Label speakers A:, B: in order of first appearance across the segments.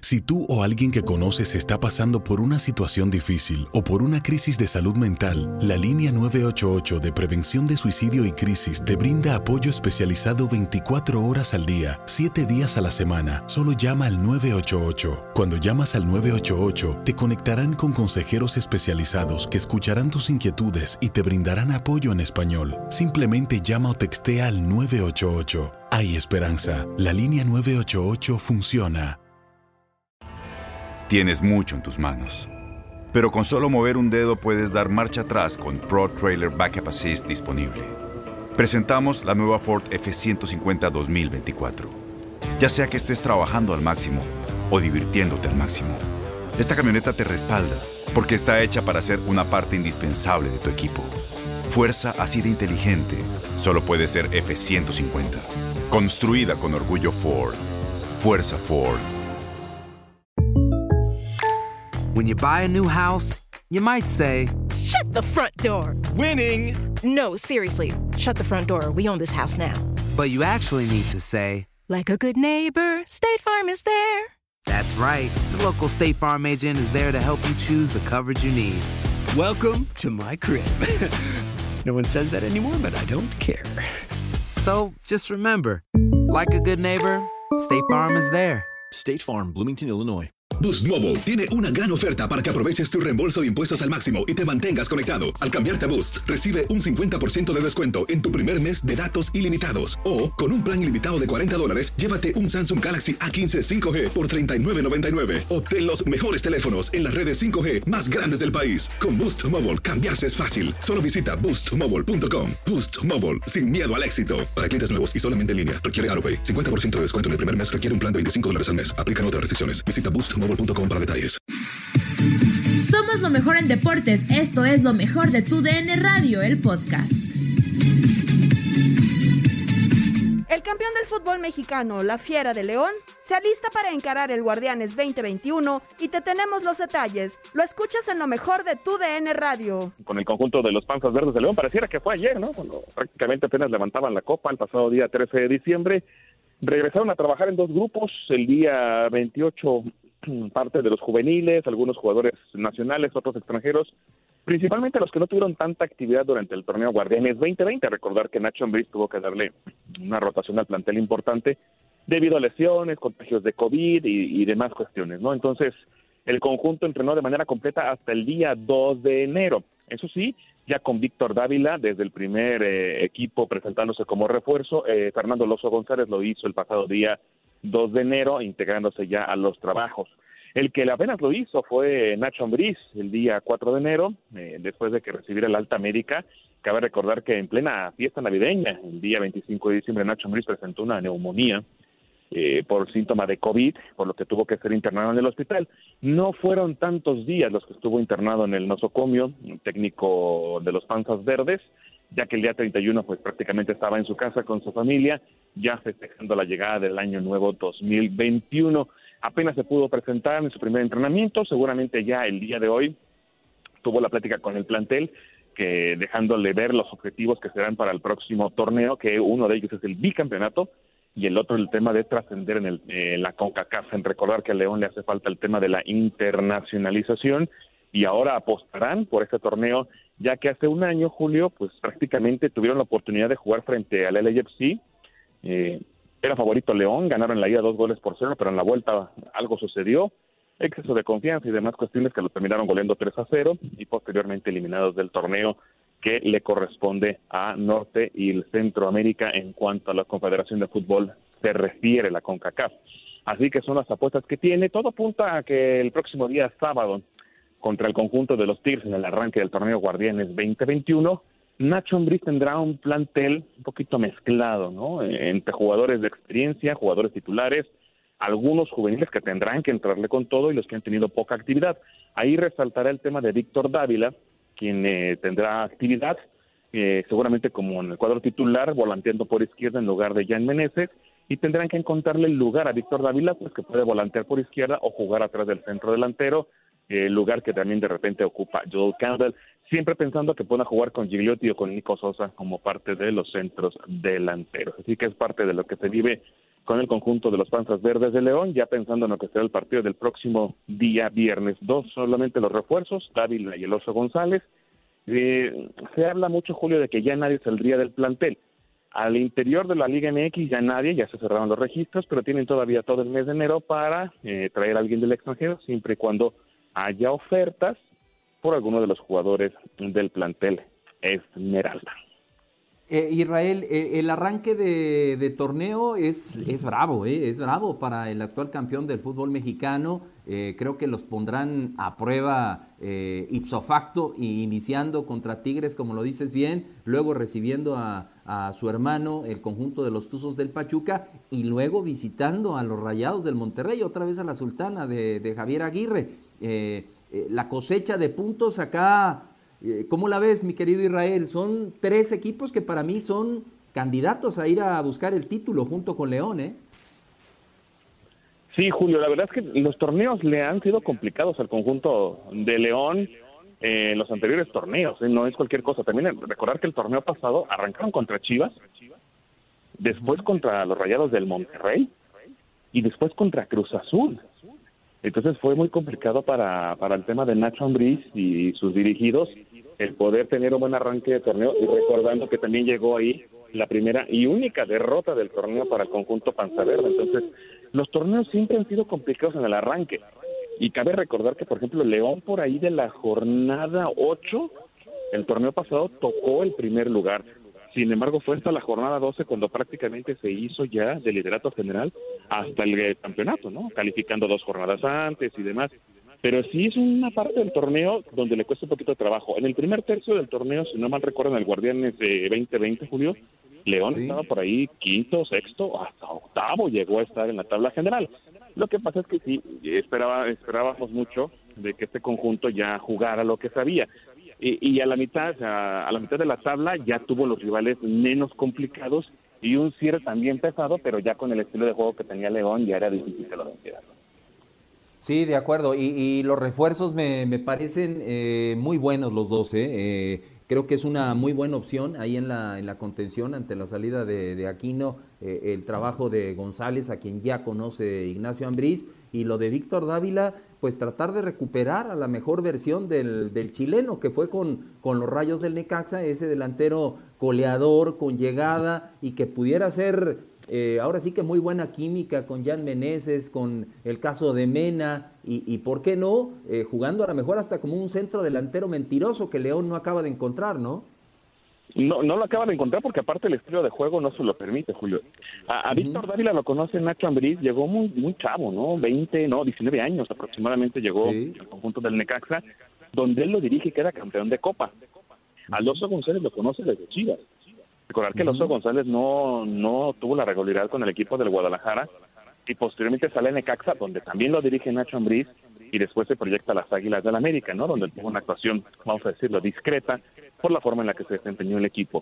A: Si tú o alguien que conoces está pasando por una situación difícil o por una crisis de salud mental, la línea 988 de Prevención de Suicidio y Crisis te brinda apoyo especializado 24 horas al día, 7 días a la semana. Solo llama al 988. Cuando llamas al 988, te conectarán con consejeros especializados que escucharán tus inquietudes y te brindarán apoyo en español. Simplemente llama o textea al 988. Hay esperanza. La línea 988 funciona.
B: Tienes mucho en tus manos, pero con solo mover un dedo puedes dar marcha atrás con Pro Trailer Backup Assist disponible. Presentamos la nueva Ford F-150 2024. Ya sea que estés trabajando al máximo o divirtiéndote al máximo, esta camioneta te respalda porque está hecha para ser una parte indispensable de tu equipo. Fuerza así de inteligente solo puede ser F-150. Construida con orgullo Ford. Fuerza Ford.
C: When you buy a new house, you might say,
D: "Shut the front door!"
E: Winning!
D: No, seriously, shut the front door. We own this house now.
C: But you actually need to say,
D: like a good neighbor, State Farm is there.
C: That's right. The local State Farm agent is there to help you choose the coverage you need.
E: Welcome to my crib. No one says that anymore, but I don't care.
C: So just remember, like a good neighbor, State Farm is there.
F: State Farm, Bloomington, Illinois.
G: Boost Mobile tiene una gran oferta para que aproveches tu reembolso de impuestos al máximo y te mantengas conectado. Al cambiarte a Boost, recibe un 50% de descuento en tu primer mes de datos ilimitados. O, con un plan ilimitado de $40, llévate un Samsung Galaxy A15 5G por $39.99. Obtén los mejores teléfonos en las redes 5G más grandes del país. Con Boost Mobile, cambiarse es fácil. Solo visita boostmobile.com. Boost Mobile, sin miedo al éxito. Para clientes nuevos y solamente en línea, requiere AutoPay. 50% de descuento en el primer mes requiere un plan de $25 al mes. Aplican otras restricciones. Visita boostmobile.com para detalles.
H: Somos lo mejor en deportes. Esto es lo mejor de tu DN Radio, el podcast.
I: El campeón del fútbol mexicano, la Fiera de León, se alista para encarar el Guardianes 2021 y te tenemos los detalles. Lo escuchas en lo mejor de tu DN Radio.
J: Con el conjunto de los Panzas Verdes de León, pareciera que fue ayer, ¿no? Cuando prácticamente apenas levantaban la copa el pasado día 13 de diciembre. Regresaron a trabajar en dos grupos. El día 28 parte de los juveniles, algunos jugadores nacionales, otros extranjeros, principalmente los que no tuvieron tanta actividad durante el torneo Guardianes 2020. Recordar que Nacho Ambriz tuvo que darle una rotación al plantel importante debido a lesiones, contagios de COVID y demás cuestiones, ¿no? Entonces, el conjunto entrenó de manera completa hasta el día 2 de enero. Eso sí, ya con Víctor Dávila desde el primer equipo presentándose como refuerzo. Fernando Lozo González lo hizo el pasado día 2 de enero, integrándose ya a los trabajos. El que apenas lo hizo fue Nacho Ambriz el día 4 de enero, después de que recibiera el alta médica. Cabe recordar que en plena fiesta navideña, el día 25 de diciembre, Nacho Ambriz presentó una neumonía por síntoma de COVID, por lo que tuvo que ser internado en el hospital. No fueron tantos días los que estuvo internado en el nosocomio, técnico de los Panzas Verdes, ya que el día 31 pues prácticamente estaba en su casa con su familia, ya festejando la llegada del año nuevo 2021. Apenas se pudo presentar en su primer entrenamiento, seguramente ya el día de hoy tuvo la plática con el plantel, que dejándole ver los objetivos que serán para el próximo torneo, que uno de ellos es el bicampeonato, y el otro el tema de trascender en la CONCACAF. En recordar que a León le hace falta el tema de la internacionalización, y ahora apostarán por este torneo, ya que hace un año, Julio, pues prácticamente tuvieron la oportunidad de jugar frente al LAFC. Era favorito León, ganaron la ida 2-0, pero en la vuelta algo sucedió, exceso de confianza y demás cuestiones que lo terminaron goleando 3-0 y posteriormente eliminados del torneo que le corresponde a Norte y el Centroamérica en cuanto a la Confederación de Fútbol se refiere, la CONCACAF. Así que son las apuestas que tiene. Todo apunta a que el próximo día sábado, contra el conjunto de los Tigres en el arranque del torneo Guardianes 2021, Nacho Ambriz tendrá un plantel un poquito mezclado, ¿no? Entre jugadores de experiencia, jugadores titulares, algunos juveniles que tendrán que entrarle con todo y los que han tenido poca actividad. Ahí resaltará el tema de Víctor Dávila, quien tendrá actividad, seguramente como en el cuadro titular, volanteando por izquierda en lugar de Jan Meneses, y tendrán que encontrarle el lugar a Víctor Dávila, pues que puede volantear por izquierda o jugar atrás del centro delantero, lugar que también de repente ocupa Joel Campbell, siempre pensando que pueda jugar con Gigliotti o con Nico Sosa como parte de los centros delanteros. Así que es parte de lo que se vive con el conjunto de los Panzas Verdes de León, ya pensando en lo que será el partido del próximo día viernes. 2 solamente los refuerzos, Dávila y el Oso González. Se habla mucho, Julio, de que ya nadie saldría del plantel. Al interior de la Liga MX ya nadie, ya se cerraron los registros, pero tienen todavía todo el mes de enero para traer a alguien del extranjero, siempre y cuando haya ofertas por alguno de los jugadores del plantel Esmeralda.
K: Israel, el arranque de torneo es bravo, es bravo para el actual campeón del fútbol mexicano. Creo que los pondrán a prueba ipso facto, iniciando contra Tigres, como lo dices bien, luego recibiendo a su hermano, el conjunto de los Tuzos del Pachuca, y luego visitando a los Rayados del Monterrey, otra vez a la Sultana de Javier Aguirre. La cosecha de puntos acá, ¿cómo la ves, mi querido Israel? Son 3 equipos que para mí son candidatos a ir a buscar el título junto con León, ¿eh?
J: Sí, Julio, la verdad es que los torneos le han sido complicados al conjunto de León en los anteriores torneos, no es cualquier cosa. También recordar que el torneo pasado arrancaron contra Chivas, después contra los Rayados del Monterrey y después contra Cruz Azul. Entonces fue muy complicado para el tema de Nacho Ambriz y sus dirigidos el poder tener un buen arranque de torneo, y recordando que también llegó ahí la primera y única derrota del torneo para el conjunto Panza Verde. Entonces los torneos siempre han sido complicados en el arranque, y cabe recordar que, por ejemplo, León por ahí de la jornada 8, el torneo pasado tocó el primer lugar. Sin embargo, fue hasta la jornada 12 cuando prácticamente se hizo ya de liderato general hasta el campeonato, ¿no? Calificando 2 jornadas antes y demás. Pero sí es una parte del torneo donde le cuesta un poquito de trabajo. En el primer tercio del torneo, si no mal recuerdo, en el Guardianes de 2020, Julio, León estaba por ahí 5º, 6º, hasta 8º llegó a estar en la tabla general. Lo que pasa es que sí, esperábamos mucho de que este conjunto ya jugara lo que sabía. Y a la mitad de la tabla ya tuvo los rivales menos complicados y un cierre también pesado, pero ya con el estilo de juego que tenía León ya era difícil que lo venciera.
K: Sí, de acuerdo, y los refuerzos me parecen muy buenos los dos, creo que es una muy buena opción ahí en la contención ante la salida de Aquino, el trabajo de González, a quien ya conoce Ignacio Ambriz, y lo de Víctor Dávila, pues tratar de recuperar a la mejor versión del chileno, que fue con los Rayos del Necaxa, ese delantero goleador, con llegada, y que pudiera ser ahora sí que muy buena química con Jan Meneses, con el caso de Mena, y por qué no, jugando a lo mejor hasta como un centro delantero mentiroso que León no acaba de encontrar, ¿no?
J: No lo acaba de encontrar porque aparte el estilo de juego no se lo permite, Julio. A Víctor Dávila lo conoce Nacho Ambriz, llegó muy chavo, ¿no? 19 años aproximadamente llegó al conjunto del Necaxa, donde él lo dirige y queda campeón de Copa. Al Oso González lo conoce desde Chivas. Recordar que el Oso González no tuvo la regularidad con el equipo del Guadalajara y posteriormente sale a Necaxa, donde también lo dirige Nacho Ambriz, y después se proyecta a las Águilas del América, ¿no? Donde tuvo una actuación, vamos a decirlo, discreta por la forma en la que se desempeñó el equipo.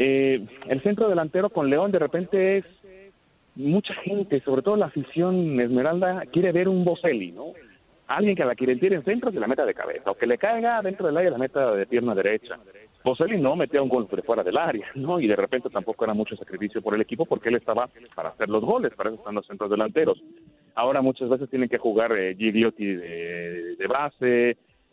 J: El centro delantero con León de repente es mucha gente, sobre todo la afición Esmeralda, quiere ver un Boselli, ¿no? Alguien que la quiere tirar en centro que la meta de cabeza, o que le caiga dentro del área la meta de pierna derecha. Boselli no metía un gol de fuera del área, ¿no? Y de repente tampoco era mucho sacrificio por el equipo porque él estaba para hacer los goles, para eso están los centros delanteros. Ahora muchas veces tienen que jugar Gigliotti de base,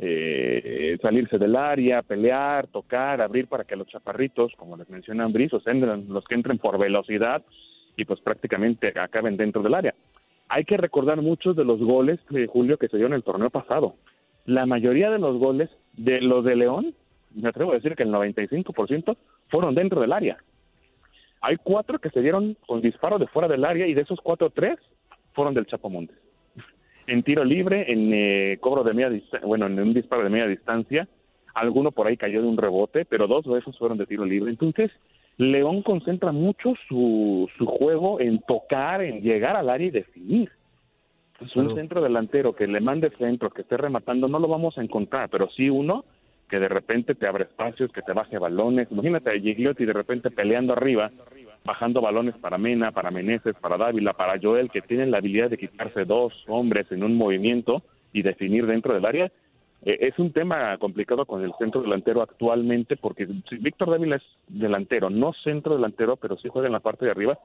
J: salirse del área, pelear, tocar, abrir para que los chaparritos, como les menciona Ambriz, sean los que entren por velocidad y pues prácticamente acaben dentro del área. Hay que recordar muchos de los goles, Julio, que se dieron el torneo pasado. La mayoría de los goles de los de León, me atrevo a decir que el 95% fueron dentro del área. Hay 4 que se dieron con disparo de fuera del área y de esos 4, 3 fueron del Chapo Montes. En tiro libre, en cobro de media distancia, bueno, en un disparo de media distancia, alguno por ahí cayó de un rebote, pero 2 de esos fueron de tiro libre. Entonces, León concentra mucho su juego en tocar, en llegar al área y definir. Pues un centro delantero que le mande centro, que esté rematando, no lo vamos a encontrar, pero sí uno que de repente te abre espacios, que te baje balones. Imagínate a Gigliotti de repente peleando arriba, bajando balones para Mena, para Meneses, para Dávila, para Joel, que tienen la habilidad de quitarse 2 hombres en un movimiento y definir dentro del área. Es un tema complicado con el centro delantero actualmente, porque Víctor Dávila es delantero, no centro delantero, pero sí juega en la parte de arriba.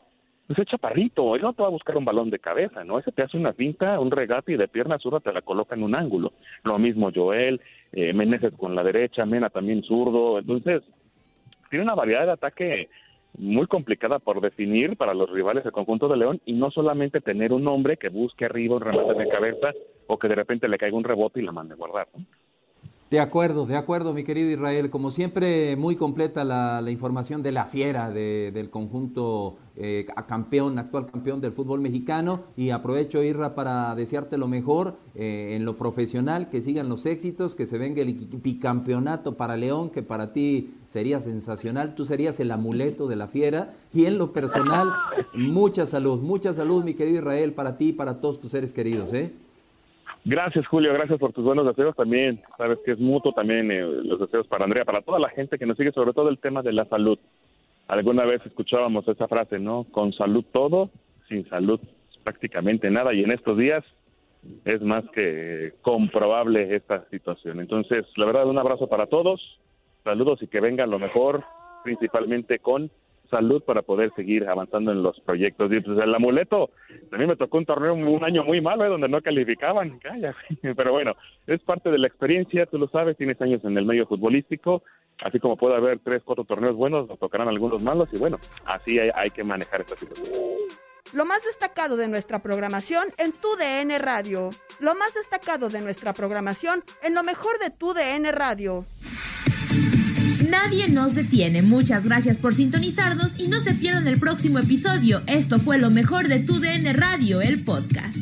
J: pues es chaparrito, él no te va a buscar un balón de cabeza, ¿no? Ese te hace una finta, un regate y de pierna zurda te la coloca en un ángulo. Lo mismo Joel, Meneses con la derecha, Mena también zurdo. Entonces, tiene una variedad de ataque muy complicada por definir para los rivales del conjunto de León, y no solamente tener un hombre que busque arriba un remate de cabeza o que de repente le caiga un rebote y la mande a guardar, ¿no?
K: De acuerdo, mi querido Israel. Como siempre, muy completa la información de la fiera del conjunto actual campeón del fútbol mexicano. Y aprovecho, Isra, para desearte lo mejor en lo profesional, que sigan los éxitos, que se venga el bicampeonato para León, que para ti sería sensacional. Tú serías el amuleto de la fiera. Y en lo personal, mucha salud, mi querido Israel, para ti y para todos tus seres queridos, ¿eh?
J: Gracias, Julio, gracias por tus buenos deseos también. Sabes que es mutuo también los deseos para Andrea, para toda la gente que nos sigue, sobre todo el tema de la salud. Alguna vez escuchábamos esa frase, ¿no? Con salud todo, sin salud prácticamente nada, y en estos días es más que comprobable esta situación. Entonces, la verdad, un abrazo para todos, saludos y que venga lo mejor, principalmente con salud para poder seguir avanzando en los proyectos. Y pues el amuleto, a mí me tocó un torneo un año muy malo, donde no calificaban, pero bueno, es parte de la experiencia, tú lo sabes, tienes años en el medio futbolístico, así como puede haber 3, 4 torneos buenos, nos tocarán algunos malos, y bueno, así hay que manejar esta situación.
I: Lo más destacado de nuestra programación en Tu DN Radio. Lo más destacado de nuestra programación en lo mejor de Tu DN Radio.
H: Nadie nos detiene. Muchas gracias por sintonizarnos y no se pierdan el próximo episodio. Esto fue lo mejor de Tu DN Radio, el podcast.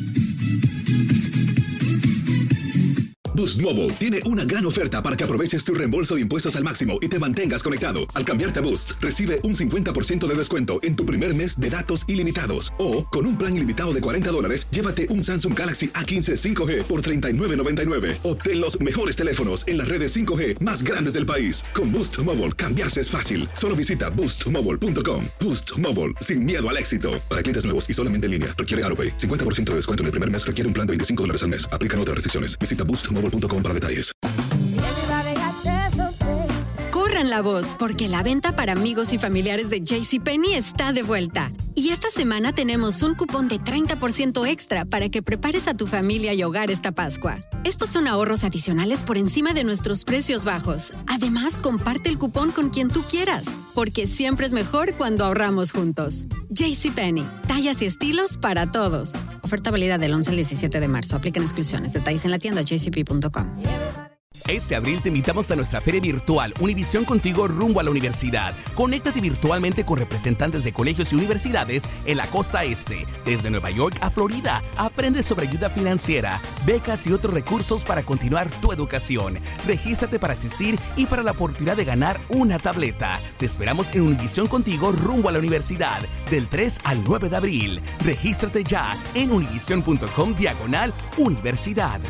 G: Boost Mobile tiene una gran oferta para que aproveches tu reembolso de impuestos al máximo y te mantengas conectado. Al cambiarte a Boost, recibe un 50% de descuento en tu primer mes de datos ilimitados. O, con un plan ilimitado de $40, llévate un Samsung Galaxy A15 5G por $39.99. Obtén los mejores teléfonos en las redes 5G más grandes del país. Con Boost Mobile, cambiarse es fácil. Solo visita boostmobile.com. Boost Mobile, sin miedo al éxito. Para clientes nuevos y solamente en línea, requiere AroPay. 50% de descuento en el primer mes requiere un plan de $25 al mes. Aplican otras restricciones. Visita boostmobile.com para detalles.
L: Corran la voz, porque la venta para amigos y familiares de JCPenney está de vuelta. Y esta semana tenemos un cupón de 30% extra para que prepares a tu familia y hogar esta Pascua. Estos son ahorros adicionales por encima de nuestros precios bajos. Además, comparte el cupón con quien tú quieras, porque siempre es mejor cuando ahorramos juntos. JCPenney, tallas y estilos para todos. Oferta válida del 11 al 17 de marzo. Aplican exclusiones. Detalles en la tienda jcp.com.
M: Este abril te invitamos a nuestra feria virtual Univisión Contigo rumbo a la universidad. Conéctate virtualmente con representantes de colegios y universidades en la costa este, desde Nueva York a Florida. Aprende sobre ayuda financiera, becas y otros recursos para continuar tu educación. Regístrate para asistir y para la oportunidad de ganar una tableta. Te esperamos en Univisión Contigo rumbo a la universidad del 3 al 9 de abril. Regístrate ya en univision.com/universidad.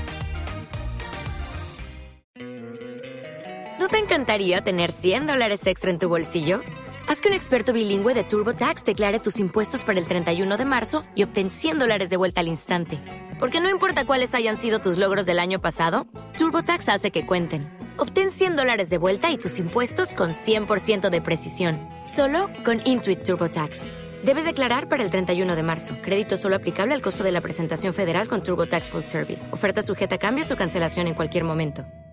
N: ¿No te encantaría tener $100 extra en tu bolsillo? Haz que un experto bilingüe de TurboTax declare tus impuestos para el 31 de marzo y obtén $100 de vuelta al instante. Porque no importa cuáles hayan sido tus logros del año pasado, TurboTax hace que cuenten. Obtén $100 de vuelta y tus impuestos con 100% de precisión. Solo con Intuit TurboTax. Debes declarar para el 31 de marzo. Crédito solo aplicable al costo de la presentación federal con TurboTax Full Service. Oferta sujeta a cambios o cancelación en cualquier momento.